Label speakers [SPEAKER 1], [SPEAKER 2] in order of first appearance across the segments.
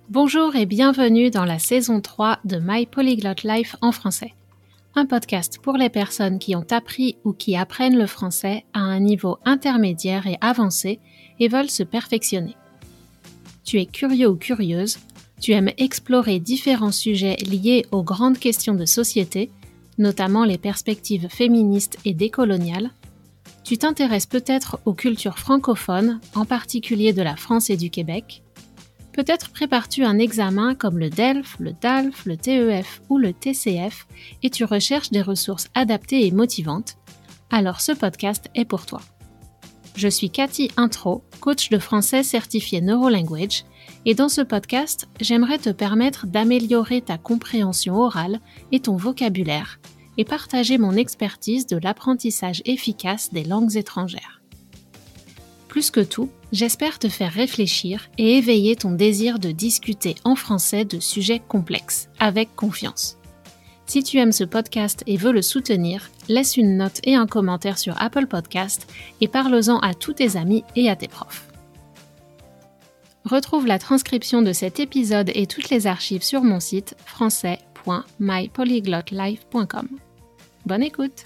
[SPEAKER 1] Bonjour et bienvenue dans la saison 3 de My Polyglot Life en français. Un podcast pour les personnes qui ont appris ou qui apprennent le français à un niveau intermédiaire et avancé et veulent se perfectionner. Tu es curieux ou curieuse, tu aimes explorer différents sujets liés aux grandes questions de société, notamment les perspectives féministes et décoloniales. Tu t'intéresses peut-être aux cultures francophones, en particulier de la France et du Québec. Peut-être prépares-tu un examen comme le DELF, le DALF, le TEF ou le TCF et tu recherches des ressources adaptées et motivantes. Alors ce podcast est pour toi. Je suis Cathy Intro, coach de français certifié Neurolanguage et dans ce podcast, j'aimerais te permettre d'améliorer ta compréhension orale et ton vocabulaire et partager mon expertise de l'apprentissage efficace des langues étrangères. Plus que tout, j'espère te faire réfléchir et éveiller ton désir de discuter en français de sujets complexes, avec confiance. Si tu aimes ce podcast et veux le soutenir, laisse une note et un commentaire sur Apple Podcast et parle-en à tous tes amis et à tes profs. Retrouve la transcription de cet épisode et toutes les archives sur mon site français.mypolyglotlife.com. Bonne écoute!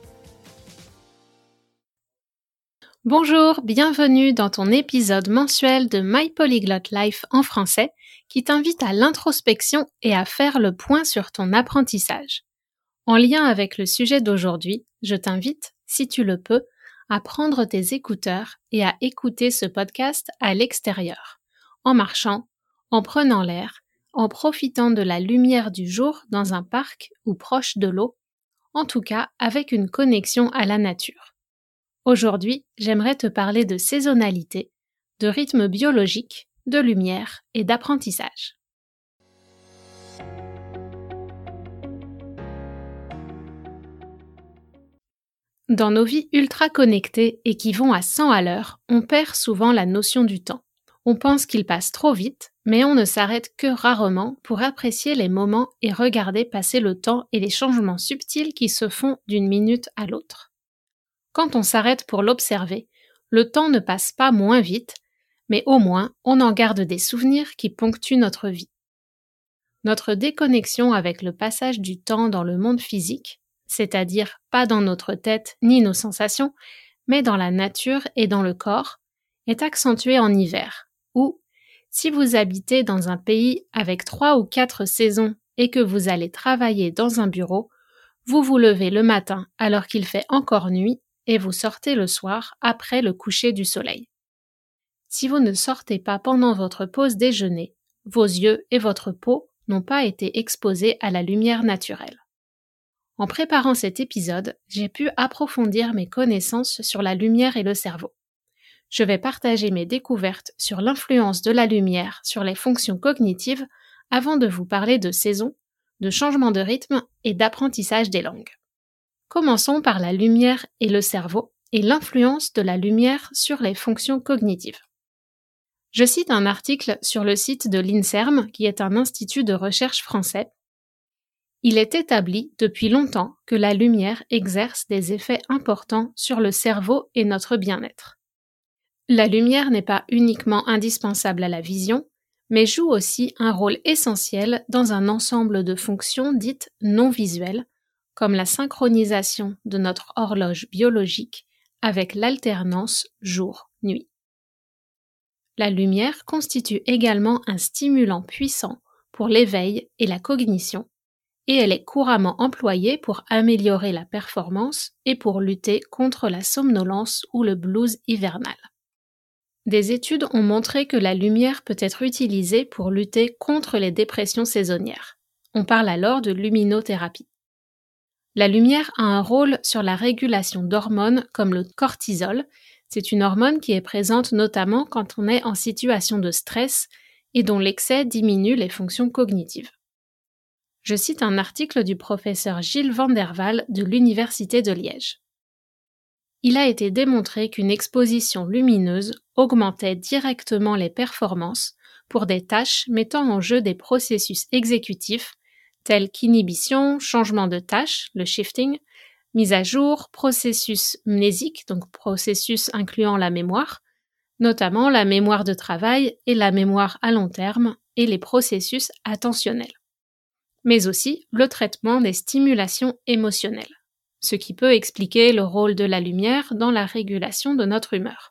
[SPEAKER 1] Bonjour, bienvenue dans ton épisode mensuel de My Polyglot Life en français qui t'invite à l'introspection et à faire le point sur ton apprentissage. En lien avec le sujet d'aujourd'hui, je t'invite, si tu le peux, à prendre tes écouteurs et à écouter ce podcast à l'extérieur, en marchant, en prenant l'air, en profitant de la lumière du jour dans un parc ou proche de l'eau, en tout cas avec une connexion à la nature. Aujourd'hui, j'aimerais te parler de saisonnalité, de rythme biologique, de lumière et d'apprentissage. Dans nos vies ultra connectées et qui vont à 100 à l'heure, on perd souvent la notion du temps. On pense qu'il passe trop vite, mais on ne s'arrête que rarement pour apprécier les moments et regarder passer le temps et les changements subtils qui se font d'une minute à l'autre. Quand on s'arrête pour l'observer, le temps ne passe pas moins vite, mais au moins on en garde des souvenirs qui ponctuent notre vie. Notre déconnexion avec le passage du temps dans le monde physique, c'est-à-dire pas dans notre tête ni nos sensations, mais dans la nature et dans le corps, est accentuée en hiver, où, si vous habitez dans un pays avec 3 ou 4 saisons et que vous allez travailler dans un bureau, vous vous levez le matin alors qu'il fait encore nuit et vous sortez le soir après le coucher du soleil. Si vous ne sortez pas pendant votre pause déjeuner, vos yeux et votre peau n'ont pas été exposés à la lumière naturelle. En préparant cet épisode, j'ai pu approfondir mes connaissances sur la lumière et le cerveau. Je vais partager mes découvertes sur l'influence de la lumière sur les fonctions cognitives avant de vous parler de saison, de changement de rythme et d'apprentissage des langues. Commençons par la lumière et le cerveau et l'influence de la lumière sur les fonctions cognitives. Je cite un article sur le site de l'INSERM, qui est un institut de recherche français. Il est établi depuis longtemps que la lumière exerce des effets importants sur le cerveau et notre bien-être. La lumière n'est pas uniquement indispensable à la vision, mais joue aussi un rôle essentiel dans un ensemble de fonctions dites non visuelles, comme la synchronisation de notre horloge biologique avec l'alternance jour-nuit. La lumière constitue également un stimulant puissant pour l'éveil et la cognition, et elle est couramment employée pour améliorer la performance et pour lutter contre la somnolence ou le blues hivernal. Des études ont montré que la lumière peut être utilisée pour lutter contre les dépressions saisonnières. On parle alors de luminothérapie. La lumière a un rôle sur la régulation d'hormones comme le cortisol. C'est une hormone qui est présente notamment quand on est en situation de stress et dont l'excès diminue les fonctions cognitives. Je cite un article du professeur Gilles Van der Waal de l'Université de Liège. Il a été démontré qu'une exposition lumineuse augmentait directement les performances pour des tâches mettant en jeu des processus exécutifs tels qu'inhibition, changement de tâche, le shifting, mise à jour, processus mnésique, donc processus incluant la mémoire, notamment la mémoire de travail et la mémoire à long terme, et les processus attentionnels, mais aussi le traitement des stimulations émotionnelles, ce qui peut expliquer le rôle de la lumière dans la régulation de notre humeur.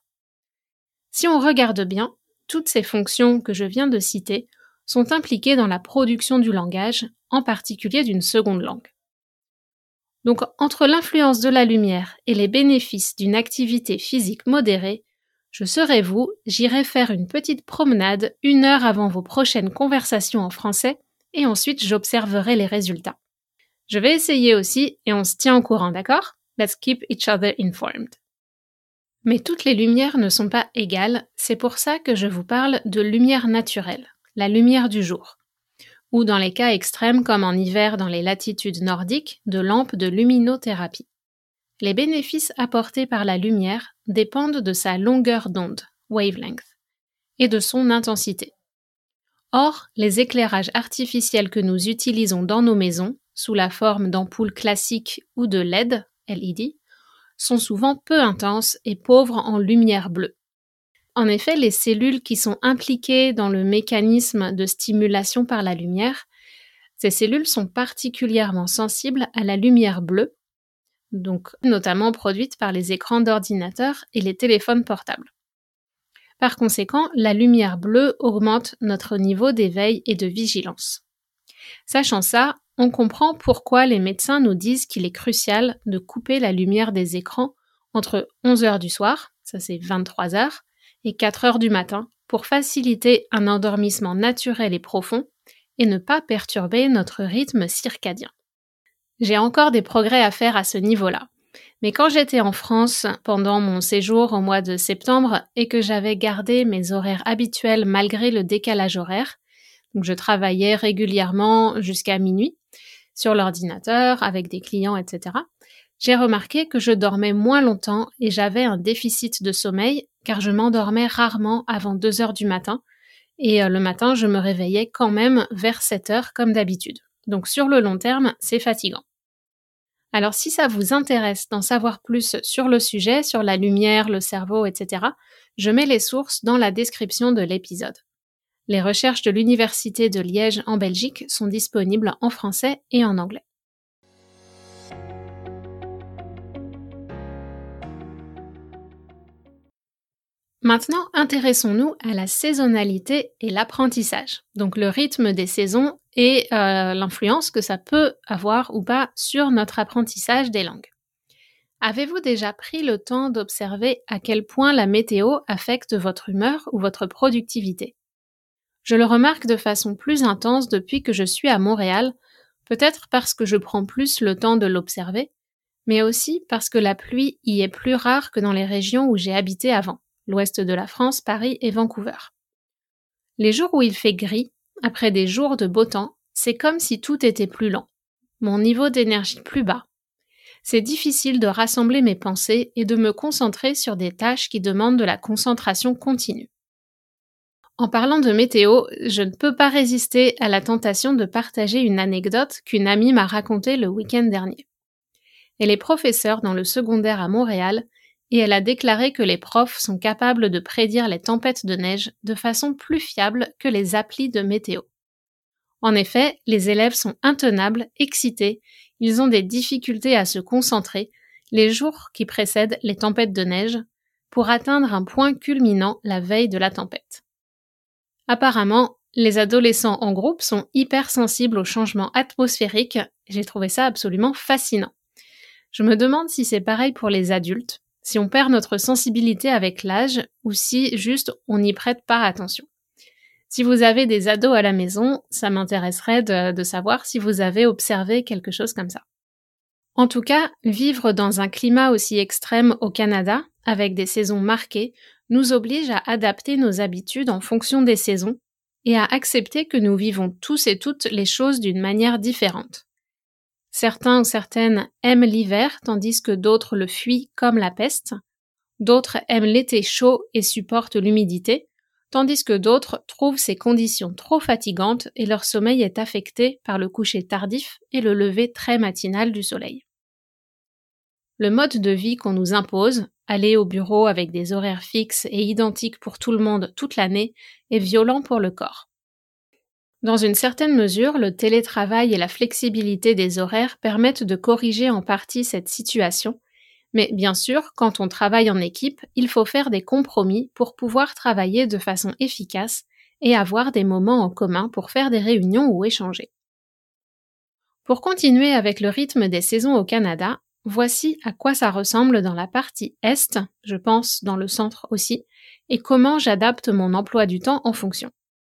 [SPEAKER 1] Si on regarde bien, toutes ces fonctions que je viens de citer sont impliquées dans la production du langage, en particulier d'une seconde langue. Donc, entre l'influence de la lumière et les bénéfices d'une activité physique modérée, je serai vous, j'irai faire une petite promenade 1 heure avant vos prochaines conversations en français et ensuite j'observerai les résultats. Je vais essayer aussi et on se tient au courant, d'accord? Let's keep each other informed. Mais toutes les lumières ne sont pas égales, c'est pour ça que je vous parle de lumière naturelle, la lumière du jour, ou dans les cas extrêmes comme en hiver dans les latitudes nordiques, de lampes de luminothérapie. Les bénéfices apportés par la lumière dépendent de sa longueur d'onde, wavelength, et de son intensité. Or, les éclairages artificiels que nous utilisons dans nos maisons, sous la forme d'ampoules classiques ou de LED, LED, sont souvent peu intenses et pauvres en lumière bleue. En effet, les cellules qui sont impliquées dans le mécanisme de stimulation par la lumière, ces cellules sont particulièrement sensibles à la lumière bleue, donc notamment produite par les écrans d'ordinateur et les téléphones portables. Par conséquent, la lumière bleue augmente notre niveau d'éveil et de vigilance. Sachant ça, on comprend pourquoi les médecins nous disent qu'il est crucial de couper la lumière des écrans entre 11h du soir, ça c'est 23h, et 4h du matin pour faciliter un endormissement naturel et profond et ne pas perturber notre rythme circadien. J'ai encore des progrès à faire à ce niveau-là. Mais quand j'étais en France pendant mon séjour au mois de septembre et que j'avais gardé mes horaires habituels malgré le décalage horaire, donc je travaillais régulièrement jusqu'à minuit sur l'ordinateur avec des clients, etc., j'ai remarqué que je dormais moins longtemps et j'avais un déficit de sommeil car je m'endormais rarement avant 2h du matin et le matin je me réveillais quand même vers 7h comme d'habitude. Donc sur le long terme, c'est fatigant. Alors si ça vous intéresse d'en savoir plus sur le sujet, sur la lumière, le cerveau, etc., je mets les sources dans la description de l'épisode. Les recherches de l'Université de Liège en Belgique sont disponibles en français et en anglais. Maintenant, intéressons-nous à la saisonnalité et l'apprentissage, donc le rythme des saisons et l'influence que ça peut avoir ou pas sur notre apprentissage des langues. Avez-vous déjà pris le temps d'observer à quel point la météo affecte votre humeur ou votre productivité? Je le remarque de façon plus intense depuis que je suis à Montréal, peut-être parce que je prends plus le temps de l'observer, mais aussi parce que la pluie y est plus rare que dans les régions où j'ai habité avant, l'ouest de la France, Paris et Vancouver. Les jours où il fait gris, après des jours de beau temps, c'est comme si tout était plus lent, mon niveau d'énergie plus bas. C'est difficile de rassembler mes pensées et de me concentrer sur des tâches qui demandent de la concentration continue. En parlant de météo, je ne peux pas résister à la tentation de partager une anecdote qu'une amie m'a racontée le week-end dernier. Elle est professeure dans le secondaire à Montréal et elle a déclaré que les profs sont capables de prédire les tempêtes de neige de façon plus fiable que les applis de météo. En effet, les élèves sont intenables, excités, ils ont des difficultés à se concentrer les jours qui précèdent les tempêtes de neige pour atteindre un point culminant la veille de la tempête. Apparemment, les adolescents en groupe sont hypersensibles aux changements atmosphériques et j'ai trouvé ça absolument fascinant. Je me demande si c'est pareil pour les adultes, si on perd notre sensibilité avec l'âge ou si juste on n'y prête pas attention. Si vous avez des ados à la maison, ça m'intéresserait de savoir si vous avez observé quelque chose comme ça. En tout cas, vivre dans un climat aussi extrême au Canada, avec des saisons marquées, nous oblige à adapter nos habitudes en fonction des saisons et à accepter que nous vivons tous et toutes les choses d'une manière différente. Certains ou certaines aiment l'hiver tandis que d'autres le fuient comme la peste. D'autres aiment l'été chaud et supportent l'humidité, tandis que d'autres trouvent ces conditions trop fatigantes et leur sommeil est affecté par le coucher tardif et le lever très matinal du soleil. Le mode de vie qu'on nous impose, aller au bureau avec des horaires fixes et identiques pour tout le monde toute l'année, est violent pour le corps. Dans une certaine mesure, le télétravail et la flexibilité des horaires permettent de corriger en partie cette situation, mais bien sûr, quand on travaille en équipe, il faut faire des compromis pour pouvoir travailler de façon efficace et avoir des moments en commun pour faire des réunions ou échanger. Pour continuer avec le rythme des saisons au Canada, voici à quoi ça ressemble dans la partie Est, je pense dans le centre aussi, et comment j'adapte mon emploi du temps en fonction.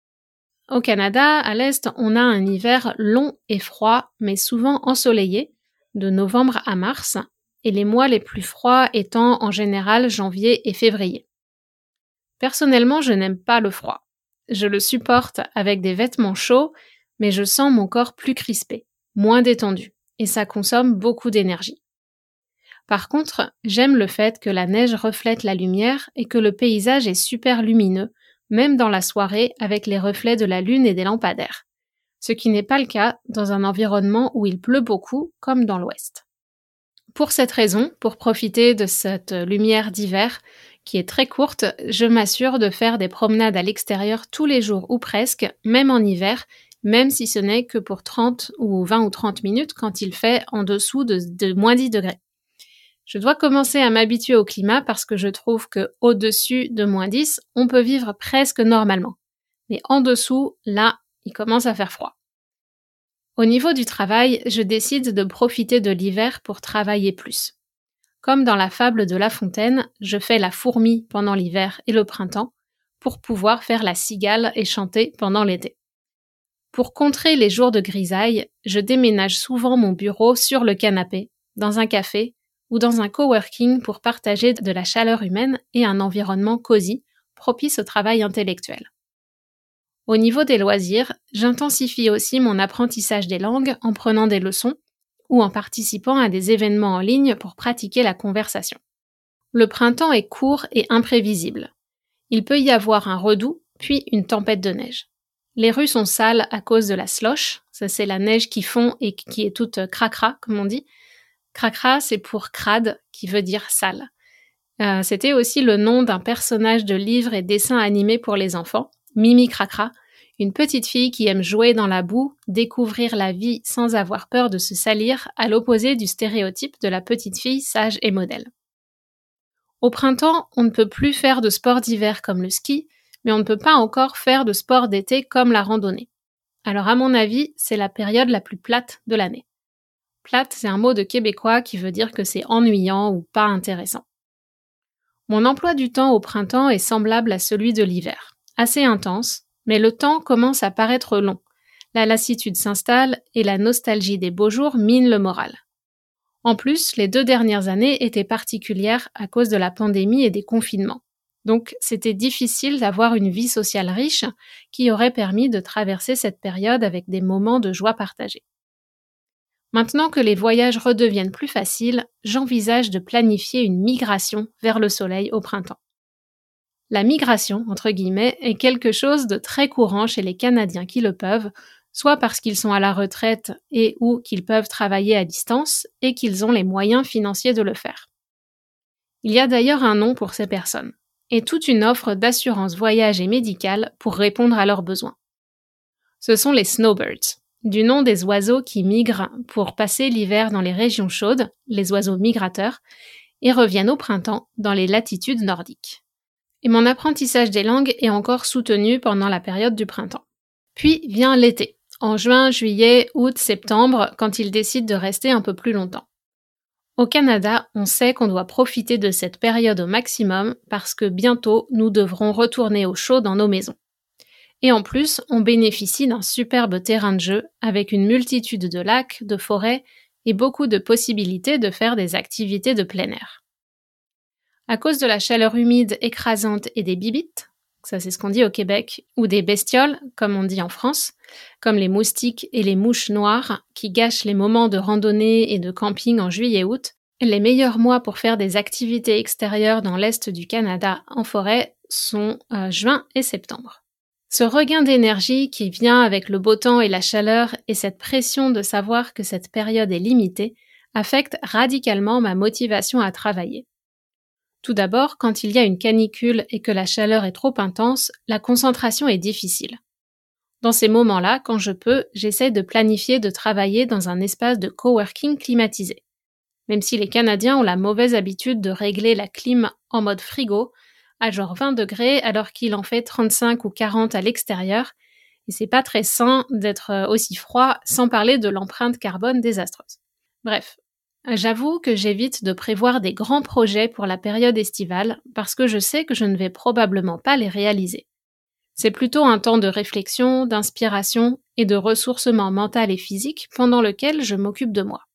[SPEAKER 1] Au Canada, à l'Est, on a un hiver long et froid, mais souvent ensoleillé, de novembre à mars, et les mois les plus froids étant en général janvier et février. Personnellement, je n'aime pas le froid. Je le supporte avec des vêtements chauds, mais je sens mon corps plus crispé, moins détendu, et ça consomme beaucoup d'énergie. Par contre, j'aime le fait que la neige reflète la lumière et que le paysage est super lumineux, même dans la soirée avec les reflets de la lune et des lampadaires, ce qui n'est pas le cas dans un environnement où il pleut beaucoup, comme dans l'Ouest. Pour cette raison, pour profiter de cette lumière d'hiver, qui est très courte, je m'assure de faire des promenades à l'extérieur tous les jours ou presque, même en hiver, même si ce n'est que pour 30 ou 20 ou 30 minutes quand il fait en dessous de moins 10 degrés. Je dois commencer à m'habituer au climat parce que je trouve que au-dessus de moins 10, on peut vivre presque normalement. Mais en dessous, là, il commence à faire froid. Au niveau du travail, je décide de profiter de l'hiver pour travailler plus. Comme dans la fable de La Fontaine, je fais la fourmi pendant l'hiver et le printemps pour pouvoir faire la cigale et chanter pendant l'été. Pour contrer les jours de grisaille, je déménage souvent mon bureau sur le canapé, dans un café ou dans un coworking pour partager de la chaleur humaine et un environnement cosy, propice au travail intellectuel. Au niveau des loisirs, j'intensifie aussi mon apprentissage des langues en prenant des leçons ou en participant à des événements en ligne pour pratiquer la conversation. Le printemps est court et imprévisible. Il peut y avoir un redoux, puis une tempête de neige. Les rues sont sales à cause de la slush, ça c'est la neige qui fond et qui est toute cracra, comme on dit. Cracra, c'est pour crade, qui veut dire sale. C'était aussi le nom d'un personnage de livre et dessin animé pour les enfants, Mimi Cracra, une petite fille qui aime jouer dans la boue, découvrir la vie sans avoir peur de se salir, à l'opposé du stéréotype de la petite fille sage et modèle. Au printemps, on ne peut plus faire de sport d'hiver comme le ski, mais on ne peut pas encore faire de sport d'été comme la randonnée. Alors à mon avis, c'est la période la plus plate de l'année. Plate, c'est un mot de québécois qui veut dire que c'est ennuyant ou pas intéressant. Mon emploi du temps au printemps est semblable à celui de l'hiver, assez intense, mais le temps commence à paraître long. La lassitude s'installe et la nostalgie des beaux jours mine le moral. En plus, les 2 dernières années étaient particulières à cause de la pandémie et des confinements. Donc, c'était difficile d'avoir une vie sociale riche qui aurait permis de traverser cette période avec des moments de joie partagés. Maintenant que les voyages redeviennent plus faciles, j'envisage de planifier une migration vers le soleil au printemps. La migration, entre guillemets, est quelque chose de très courant chez les Canadiens qui le peuvent, soit parce qu'ils sont à la retraite et ou qu'ils peuvent travailler à distance et qu'ils ont les moyens financiers de le faire. Il y a d'ailleurs un nom pour ces personnes, et toute une offre d'assurance voyage et médicale pour répondre à leurs besoins. Ce sont les snowbirds, du nom des oiseaux qui migrent pour passer l'hiver dans les régions chaudes, les oiseaux migrateurs, et reviennent au printemps dans les latitudes nordiques. Et mon apprentissage des langues est encore soutenu pendant la période du printemps. Puis vient l'été, en juin, juillet, août, septembre, quand ils décident de rester un peu plus longtemps. Au Canada, on sait qu'on doit profiter de cette période au maximum parce que bientôt, nous devrons retourner au chaud dans nos maisons. Et en plus, on bénéficie d'un superbe terrain de jeu avec une multitude de lacs, de forêts et beaucoup de possibilités de faire des activités de plein air. À cause de la chaleur humide, écrasante et des bibites, ça c'est ce qu'on dit au Québec, ou des bestioles, comme on dit en France, comme les moustiques et les mouches noires qui gâchent les moments de randonnée et de camping en juillet-août, les meilleurs mois pour faire des activités extérieures dans l'est du Canada en forêt sont juin et septembre. Ce regain d'énergie qui vient avec le beau temps et la chaleur et cette pression de savoir que cette période est limitée affecte radicalement ma motivation à travailler. Tout d'abord, quand il y a une canicule et que la chaleur est trop intense, la concentration est difficile. Dans ces moments-là, quand je peux, j'essaie de planifier de travailler dans un espace de coworking climatisé. Même si les Canadiens ont la mauvaise habitude de régler la clim en mode frigo, à genre 20 degrés alors qu'il en fait 35 ou 40 à l'extérieur, et c'est pas très sain d'être aussi froid, sans parler de l'empreinte carbone désastreuse. Bref, j'avoue que j'évite de prévoir des grands projets pour la période estivale parce que je sais que je ne vais probablement pas les réaliser. C'est plutôt un temps de réflexion, d'inspiration et de ressourcement mental et physique pendant lequel je m'occupe de moi.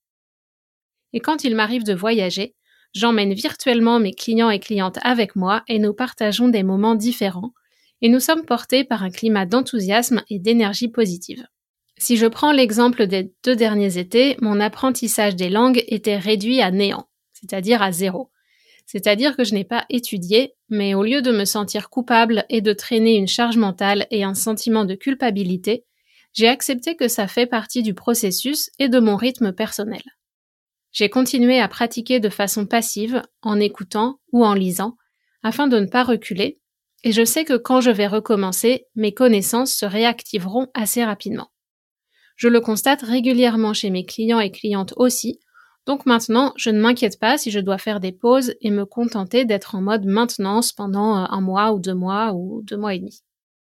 [SPEAKER 1] Et quand il m'arrive de voyager, j'emmène virtuellement mes clients et clientes avec moi et nous partageons des moments différents et nous sommes portés par un climat d'enthousiasme et d'énergie positive. Si je prends l'exemple des 2 derniers étés, mon apprentissage des langues était réduit à néant, c'est-à-dire à 0. C'est-à-dire que je n'ai pas étudié, mais au lieu de me sentir coupable et de traîner une charge mentale et un sentiment de culpabilité, j'ai accepté que ça fait partie du processus et de mon rythme personnel. J'ai continué à pratiquer de façon passive, en écoutant ou en lisant, afin de ne pas reculer, et je sais que quand je vais recommencer, mes connaissances se réactiveront assez rapidement. Je le constate régulièrement chez mes clients et clientes aussi, donc maintenant, je ne m'inquiète pas si je dois faire des pauses et me contenter d'être en mode maintenance pendant 1 mois ou 2 mois ou 2 mois et demi.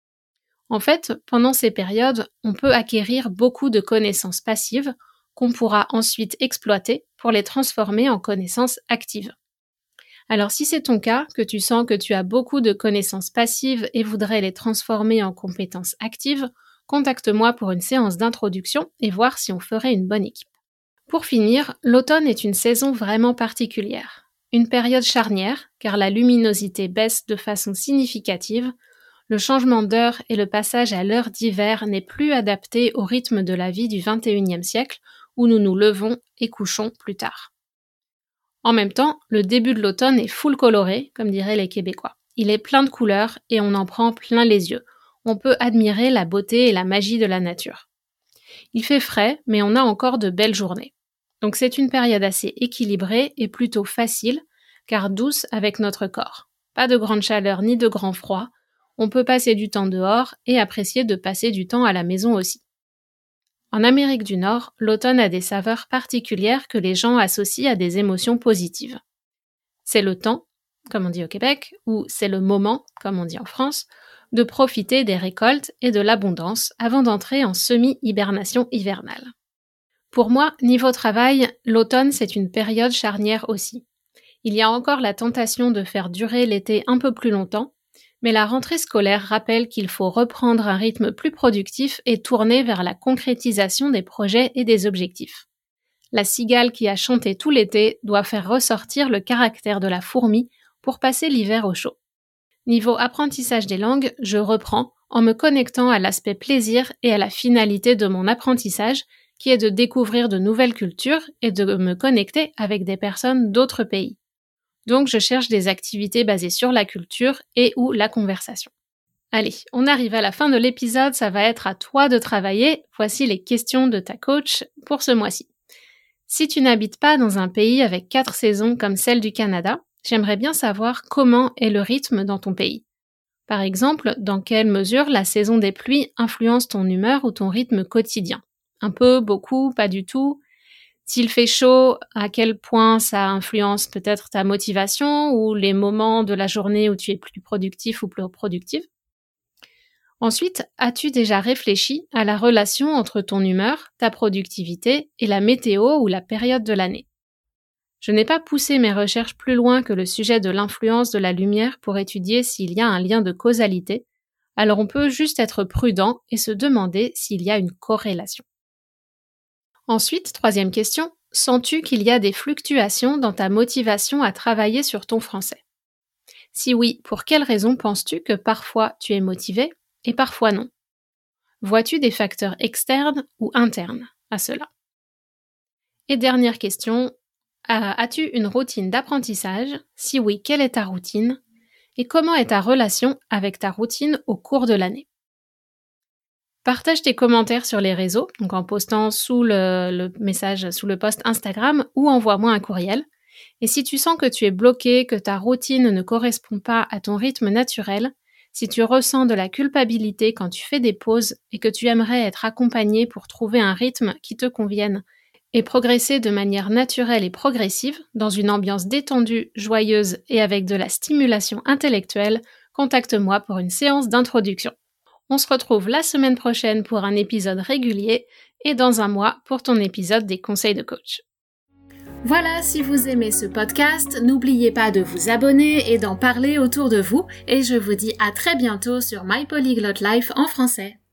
[SPEAKER 1] En fait, pendant ces périodes, on peut acquérir beaucoup de connaissances passives qu'on pourra ensuite exploiter pour les transformer en connaissances actives. Alors si c'est ton cas, que tu sens que tu as beaucoup de connaissances passives et voudrais les transformer en compétences actives, contacte-moi pour une séance d'introduction et voir si on ferait une bonne équipe. Pour finir, l'automne est une saison vraiment particulière. Une période charnière, car la luminosité baisse de façon significative, le changement d'heure et le passage à l'heure d'hiver n'est plus adapté au rythme de la vie du XXIe siècle où nous nous levons et couchons plus tard. En même temps, le début de l'automne est full coloré, comme diraient les Québécois. Il est plein de couleurs et on en prend plein les yeux. On peut admirer la beauté et la magie de la nature. Il fait frais, mais on a encore de belles journées. Donc c'est une période assez équilibrée et plutôt facile, car douce avec notre corps. Pas de grande chaleur ni de grand froid. On peut passer du temps dehors et apprécier de passer du temps à la maison aussi. En Amérique du Nord, l'automne a des saveurs particulières que les gens associent à des émotions positives. C'est le temps, comme on dit au Québec, ou c'est le moment, comme on dit en France, de profiter des récoltes et de l'abondance avant d'entrer en semi-hibernation hivernale. Pour moi, niveau travail, l'automne c'est une période charnière aussi. Il y a encore la tentation de faire durer l'été un peu plus longtemps, mais la rentrée scolaire rappelle qu'il faut reprendre un rythme plus productif et tourner vers la concrétisation des projets et des objectifs. La cigale qui a chanté tout l'été doit faire ressortir le caractère de la fourmi pour passer l'hiver au chaud. Niveau apprentissage des langues, je reprends en me connectant à l'aspect plaisir et à la finalité de mon apprentissage, qui est de découvrir de nouvelles cultures et de me connecter avec des personnes d'autres pays. Donc je cherche des activités basées sur la culture et ou la conversation. Allez, on arrive à la fin de l'épisode, ça va être à toi de travailler. Voici les questions de ta coach pour ce mois-ci. Si tu n'habites pas dans un pays avec 4 saisons comme celle du Canada, j'aimerais bien savoir comment est le rythme dans ton pays. Par exemple, dans quelle mesure la saison des pluies influence ton humeur ou ton rythme quotidien. Un peu, beaucoup, pas du tout. S'il fait chaud, à quel point ça influence peut-être ta motivation ou les moments de la journée où tu es plus productif ou plus productive. Ensuite, as-tu déjà réfléchi à la relation entre ton humeur, ta productivité et la météo ou la période de l'année? Je n'ai pas poussé mes recherches plus loin que le sujet de l'influence de la lumière pour étudier s'il y a un lien de causalité, alors on peut juste être prudent et se demander s'il y a une corrélation. Ensuite, troisième question, sens-tu qu'il y a des fluctuations dans ta motivation à travailler sur ton français? Si oui, pour quelles raisons penses-tu que parfois tu es motivé et parfois non? Vois-tu des facteurs externes ou internes à cela? Et dernière question, as-tu une routine d'apprentissage? Si oui, quelle est ta routine? Et comment est ta relation avec ta routine au cours de l'année? Partage tes commentaires sur les réseaux, donc en postant sous le message, sous le post Instagram, ou envoie-moi un courriel. Et si tu sens que tu es bloqué, que ta routine ne correspond pas à ton rythme naturel, Si tu ressens de la culpabilité quand tu fais des pauses et que tu aimerais être accompagné pour trouver un rythme qui te convienne et progresser de manière naturelle et progressive, dans une ambiance détendue, joyeuse et avec de la stimulation intellectuelle, contacte-moi pour une séance d'introduction. On se retrouve la semaine prochaine pour un épisode régulier et dans un mois pour ton épisode des conseils de coach. Voilà, si vous aimez ce podcast, n'oubliez pas de vous abonner et d'en parler autour de vous et je vous dis à très bientôt sur My Polyglot Life en français.